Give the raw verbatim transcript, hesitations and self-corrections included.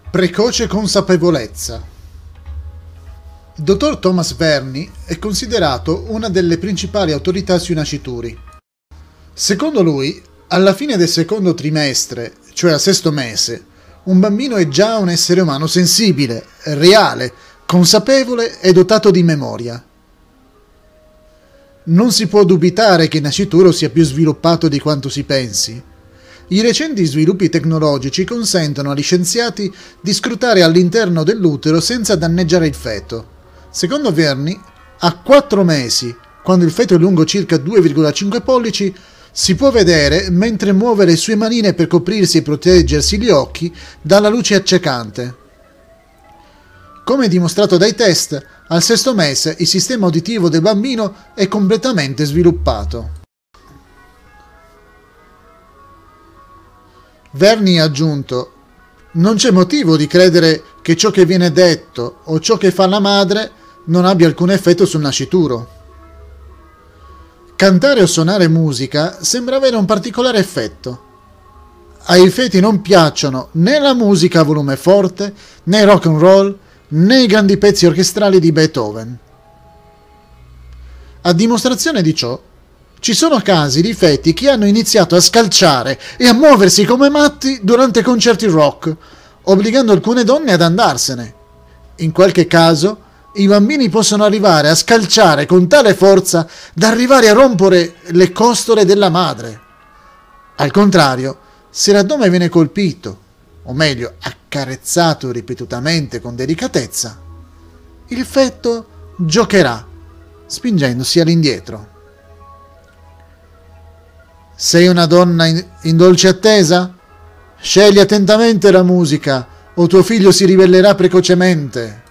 Precoce consapevolezza. Il dottor Thomas Verny è considerato una delle principali autorità sui nascituri. Secondo lui, alla fine del secondo trimestre, cioè al sesto mese, un bambino è già un essere umano sensibile, reale, consapevole e dotato di memoria. Non si può dubitare che il nascituro sia più sviluppato di quanto si pensi. I recenti sviluppi tecnologici consentono agli scienziati di scrutare all'interno dell'utero senza danneggiare il feto. Secondo Verny, a quattro mesi, quando il feto è lungo circa due virgola cinque pollici, si può vedere mentre muove le sue manine per coprirsi e proteggersi gli occhi dalla luce accecante. Come dimostrato dai test, al sesto mese il sistema uditivo del bambino è completamente sviluppato. Verny ha aggiunto: non c'è motivo di credere che ciò che viene detto o ciò che fa la madre non abbia alcun effetto sul nascituro. Cantare o suonare musica sembra avere un particolare effetto. Ai feti non piacciono né la musica a volume forte, né il rock and roll, né i grandi pezzi orchestrali di Beethoven. A dimostrazione di ciò, ci sono casi di feti che hanno iniziato a scalciare e a muoversi come matti durante concerti rock, obbligando alcune donne ad andarsene. In qualche caso, i bambini possono arrivare a scalciare con tale forza da arrivare a rompere le costole della madre. Al contrario, se l'addome viene colpito, o meglio, accarezzato ripetutamente con delicatezza, il feto giocherà, spingendosi all'indietro. Sei una donna in, in dolce attesa? Scegli attentamente la musica o tuo figlio si ribellerà precocemente.